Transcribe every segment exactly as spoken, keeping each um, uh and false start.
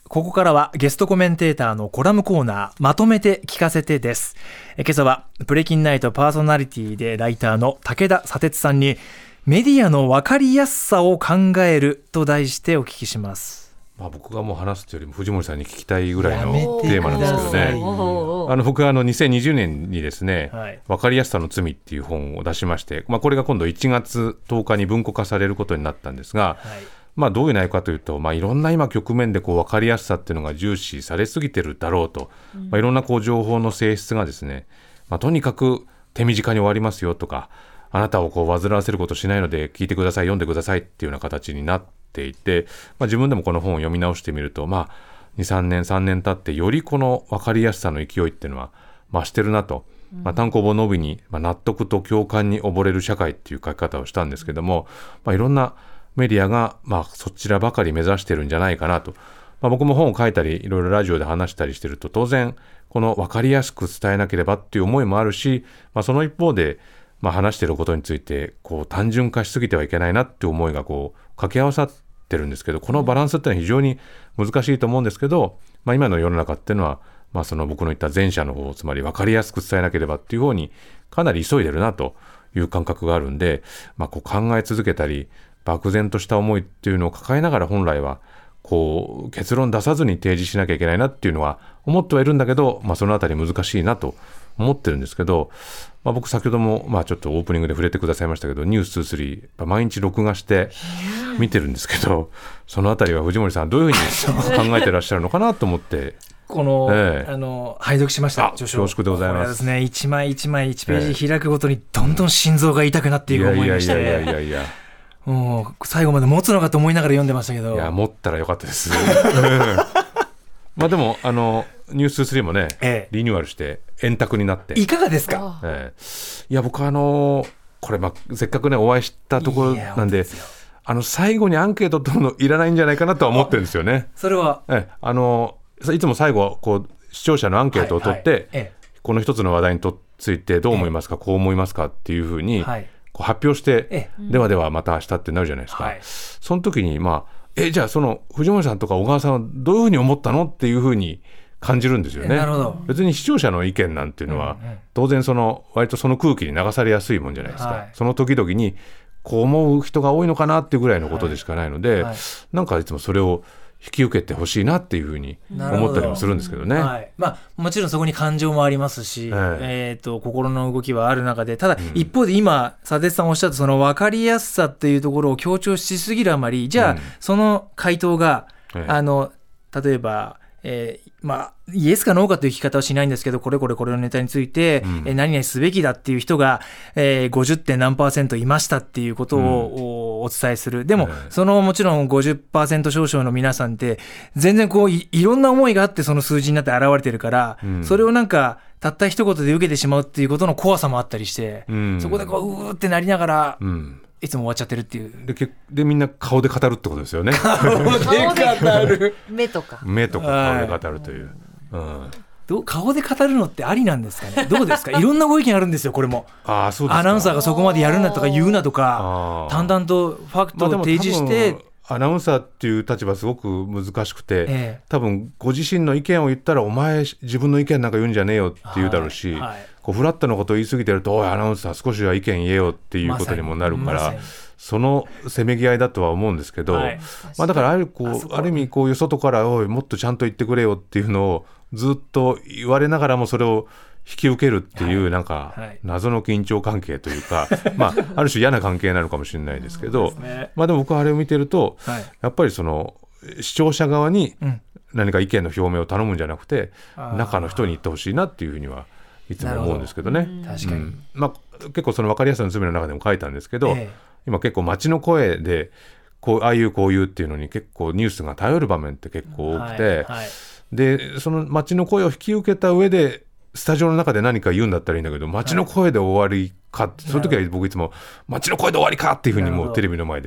ここからはゲストコメンテーターのコラムコーナー、まとめて聞かせてです。え今朝はプレキンナイトパーソナリティでライターの武田砂鉄さんにメディアの分かりやすさを考えると題してお聞きします。 まあ、僕がもう話すというよりも藤森さんに聞きたいぐらいのテーマなんですけどね。あの僕はあのにせんにじゅうねんにですね、はい、分かりやすさの罪っていう本を出しまして、まあ、これが今度いちがつとおかに文庫化されることになったんですが、はい、まあ、どういう内容かというと、まあ、いろんな今局面でこう分かりやすさっていうのが重視されすぎてるだろうと、うんまあ、いろんなこう情報の性質がですね、まあ、とにかく手短に終わりますよとか、あなたをこう煩わせることしないので聞いてください、読んでくださいっていうような形になっていて、まあ、自分でもこの本を読み直してみると、まあ、にさんねんさんねん経ってよりこの分かりやすさの勢いっていうのは増してるなと、うんまあ、単行本の帯に、まあ、納得と共感に溺れる社会っていう書き方をしたんですけども、まあ、いろんなメディアが、まあ、そちらばかり目指してるんじゃないかなと、まあ、僕も本を書いたりいろいろラジオで話したりしてると、当然この分かりやすく伝えなければっていう思いもあるし、まあ、その一方で、まあ、話していることについてこう単純化しすぎてはいけないなっていう思いがこう掛け合わさってるんですけど、このバランスってのは非常に難しいと思うんですけど、まあ、今の世の中っていうのは、まあ、その僕の言った前者の方、つまり分かりやすく伝えなければっていう方にかなり急いでるなという感覚があるんで、まあ、こう考え続けたり漠然とした思いっていうのを抱えながら本来はこう結論出さずに提示しなきゃいけないなっていうのは思ってはいるんだけど、まあ、そのあたり難しいなと思ってるんですけど、まあ、僕先ほどもまあちょっとオープニングで触れてくださいましたけど、ニュースにじゅうさん毎日録画して見てるんですけど、そのあたりは藤森さんどういうふうに考えてらっしゃるのかなと思ってこの、ええ、あの拝読しました。 恐縮でございます。 これですね、一枚一枚いちページ開くごとにどんどん心臓が痛くなっていく思いがして、いやいやいやいやもう最後まで持つのかと思いながら読んでましたけど、 いや持ったらよかったですまあでもあのニュースにじゅうさんもね、ええ、リニューアルして円卓になっていかがですか。 ええ、いや僕はあのこれ、まあ、せっかくねお会いしたところなんで、あの最後にアンケート取るのいらないんじゃないかなとは思ってるんですよね。 それは、 ええ、あのいつも最後こう視聴者のアンケートを取って、はいはいええ、この一つの話題についてどう思いますか、ええ、こう思いますかっていうふうに、はいこう発表して、ええ、ではではまた明日ってなるじゃないですか、はい、その時にまあえじゃあその藤森さんとか小川さんはどういうふうに思ったのっていうふうに感じるんですよね。 なるほど。 別に視聴者の意見なんていうのは、うんうん、当然その割とその空気に流されやすいもんじゃないですか、はい、その時々にこう思う人が多いのかなっていうぐらいのことでしかないので、はいはい、なんかいつもそれを引き受けてほしいなっていうふうに思ったりもするんですけどね。 どはいまあ、もちろんそこに感情もありますし、えーえー、と心の動きはある中で、ただ一方で今佐哲さんおっしゃったその分かりやすさっていうところを強調しすぎるあまり、じゃあその回答が、うん、あの例えばえーまあ、イエスかノーかという聞き方はしないんですけど、これこれこれのネタについて、うんえー、何々すべきだっていう人が、えー、ごじゅってん何パーセントいましたっていうことを、うん、お伝えする。でも、えー、そのもちろん ごじゅっパーセント 少々の皆さんって全然こう い, いろんな思いがあってその数字になって現れてるから、うん、それをなんかたった一言で受けてしまうっていうことの怖さもあったりして、うん、そこでこううーってなりながら、うんいつも終わっちゃってるっていう。 で、けでみんな顔で語るってことですよね。 顔で語る目とか目とか顔で語るという、うん、 ど顔で語るのってありなんですかね。どうですか。いろんなご意見あるんですよこれも。 あそうですか。 アナウンサーがそこまでやるなとか言うなとか淡々とファクトを提示して、まあ、 アナウンサーっていう立場すごく難しくて、ええ、多分ご自身の意見を言ったらお前自分の意見なんか言うんじゃねえよって言うだろうし、はいはいこうフラットなことを言い過ぎてるとおいアナウンサー少しは意見言えよっていうことにもなるから、ま、そのせめぎ合いだとは思うんですけど、はいまあ、だからあるこう あ, ある意味こういう外からおいもっとちゃんと言ってくれよっていうのをずっと言われながらもそれを引き受けるっていう、はい、なんか謎の緊張関係というか、はいまあ、ある種嫌な関係なのかもしれないですけどで、ねまあ、でも僕はあれを見てると、はい、やっぱりその視聴者側に何か意見の表明を頼むんじゃなくて、うん、中の人に言ってほしいなっていうふうにはいつも思うんですけどね。 ど確かに、 うんまあ、結構その分かりやすいの罪の中でも書いたんですけど、ええ、今結構街の声でこうああいうこういうっていうのに結構ニュースが頼る場面って結構多くて、はいはい、でその街の声を引き受けた上でスタジオの中で何か言うんだったらいいんだけど街の声で終わりか、はい、その時は僕いつも街の声で終わりかっていうふうにもうテレビの前で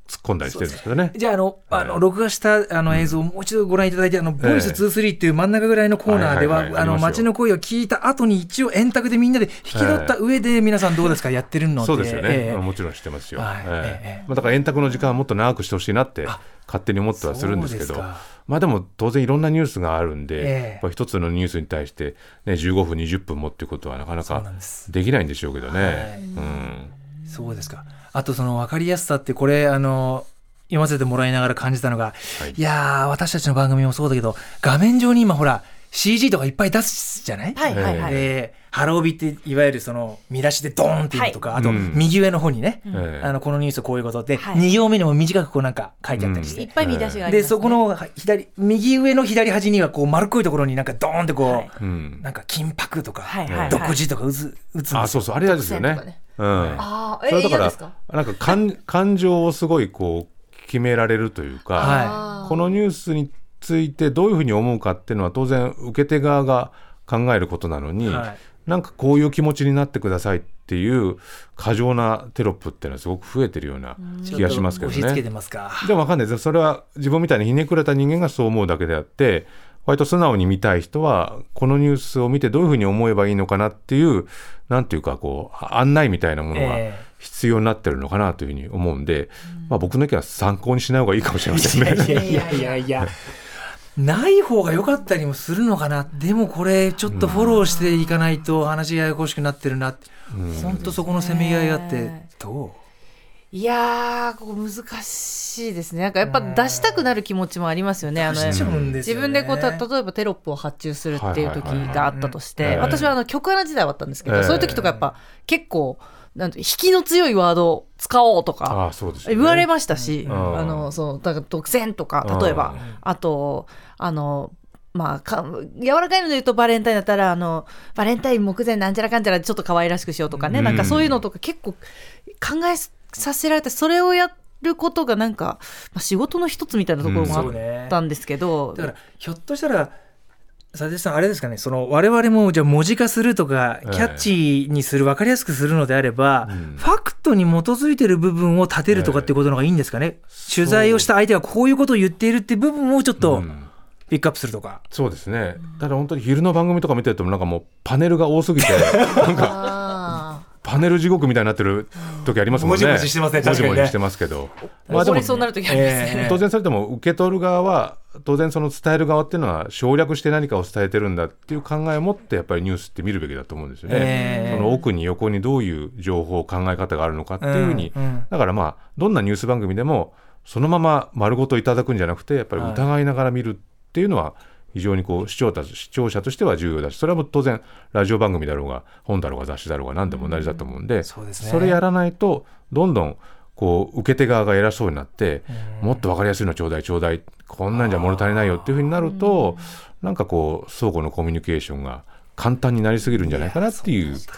突っ込んだりしてるんですけどね。 じゃあ、あの、あの録画したあの映像をもう一度ご覧いただいて、あのボイスにじゅうさんっていう真ん中ぐらいのコーナーでは、あの街の声を聞いた後に一応円卓でみんなで引き取った上で、皆さんどうですかやってるので。 そうですよね、えー、もちろん知ってますよ、はいえーまあ、だから円卓の時間はもっと長くしてほしいなって勝手に思ってはするんですけど、まあでも当然いろんなニュースがあるんで、えー、やっぱ一つのニュースに対して、ね、じゅうごふんにじゅっぷんもっていうことはなかなかできないんでしょうけどね、はいうん、そうですか。あとその分かりやすさってこれあの読ませてもらいながら感じたのが、はい、いや私たちの番組もそうだけど画面上に今ほら シージー とかいっぱい出すじゃない、はいはいはいえー、ハロービっていわゆるその見出しでドーンっていうのとか、はい、あと右上の方にね、うん、あのこのニュースこういうことで、はい、に行目にも短くこうなんか書いてあったりして、うん、 いっぱい見出しがありますね。 でそこの左右上の左端にはこう丸っこいところになんかドーンってこう、はい、なんか金箔とか、はいはいはい、独自とか打つ打つんですよ。 あそうそうあれやですよね。うん、 あそれだからなんか感感情をすごいこう決められるというか、はい、このニュースについてどういうふうに思うかっていうのは当然受け手側が考えることなのに、はい、なんかこういう気持ちになってくださいっていう過剰なテロップっていうのはすごく増えてるような気がしますけどね。 押し付けてますか。 でも分かんないです。それは自分みたいにひねくれた人間がそう思うだけであって、割と素直に見たい人はこのニュースを見てどういうふうに思えばいいのかなっていうなんていうかこう案内みたいなものが必要になってるのかなというふうに思うんで、えーまあ、僕の意見は参考にしない方がいいかもしれませんね。 いやいやいやいやない方が良かったりもするのかな。でもこれちょっとフォローしていかないと話がややこしくなってるなって、本当そこのせめぎ合いがあってどう？ いやーここ難しいですね。なんかやっぱ出したくなる気持ちもありますよね。あの自分でこうた例えばテロップを発注するっていう時があったとして、私はあの曲穴時代はあったんですけど、えー、そういう時とかやっぱ結構なんて引きの強いワードを使おうとか言われましたし、あのそうだから独占とか例えばあとあのまあ、か柔らかいので言うとバレンタインだったらあのバレンタイン目前なんちゃらかんちゃらちょっと可愛らしくしようとかね、うん、なんかそういうのとか結構考えさせられて、それをやることがなんか、まあ、仕事の一つみたいなところもあったんですけど、 うんね、だからひょっとしたら佐々木さんあれですかね、その我々もじゃあ文字化するとかキャッチーにする、分かりやすくするのであれば、えー、ファクトに基づいている部分を立てるとかっていうことの方がいいんですかね、えー、取材をした相手がこういうことを言っているっていう部分をちょっとピックアップするとか、 うん、そうですね。ただ本当に昼の番組とか見てるとなんかもうパネルが多すぎてなんかパネル地獄みたいになってる時ありますもんね。 もじもじしてますね。 もじもじしてますけど、 まあでもそうなる時ありますね。 当然それでも受け取る側は当然その伝える側っていうのは省略して何かを伝えてるんだっていう考えを持ってやっぱりニュースって見るべきだと思うんですよね、えー、その奥に横にどういう情報考え方があるのかっていうふうに、うんうん、だからまあどんなニュース番組でもそのまま丸ごといただくんじゃなくてやっぱり疑いながら見るっていうのは非常にこう視聴者、視聴者としては重要だし、それはもう当然ラジオ番組だろうが本だろうが雑誌だろうが何でも同じだと思うんで、うん そうですね、それやらないとどんどんこう受け手側が偉そうになって、うん、もっと分かりやすいのちょうだいちょうだいこんなんじゃ物足りないよっていう風になると、うん、なんかこう相互のコミュニケーションが簡単になりすぎるんじゃないかなっていう、そう、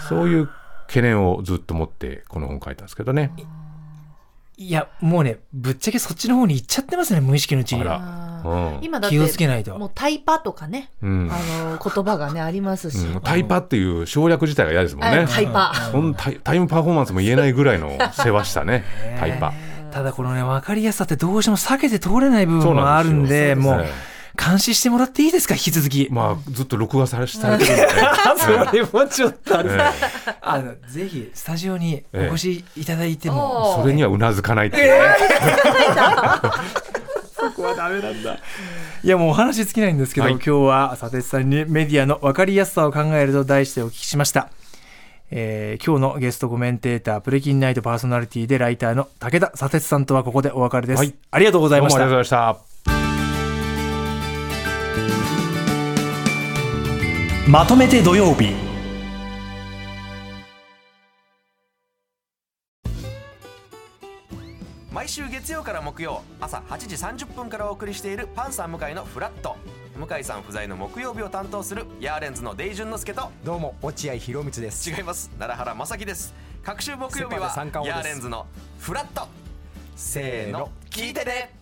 そういう懸念をずっと持ってこの本書いたんですけどね。 いやもうねぶっちゃけそっちの方に行っちゃってますね、無意識のうちに。 うん、今だって気をつけないと。 もうタイパとかね、うん、あの言葉がねありますし、 うん、タイパっていう省略自体が嫌ですもんね。 タイパ、 うん、タイ、タイムパフォーマンスも言えないぐらいの世話したねタイパ。 ただこのね分かりやすさってどうしても避けて通れない部分もあるんで、もう監視してもらっていいですか、引き続き。 まあずっと録画されてるんで、ね、 それもちょっとあれ、えー、あのぜひスタジオにお越しいただいても、 えー、それにはうなずかないっていうね、 えー、そこはダメなんだ。いやもうお話尽きないんですけど、はい、今日は佐哲さんにメディアの分かりやすさを考えると題してお聞きしました。えー、今日のゲストコメンテータープレキンナイトパーソナリティでライターの武田佐哲さんとはここでお別れです、はい、ありがとうございました。 どうもありがとうございました。まとめて土曜日。 毎週月曜から木曜朝はちじさんじゅっぷんからお送りしているパンサー向井のフラット。向井さん不在の木曜日を担当するヤーレンズのデイジュンの之介と、 どうも落合博満です。 違います、奈良原正樹です。各週木曜日はヤーレンズのフラット。せーの聞いてね。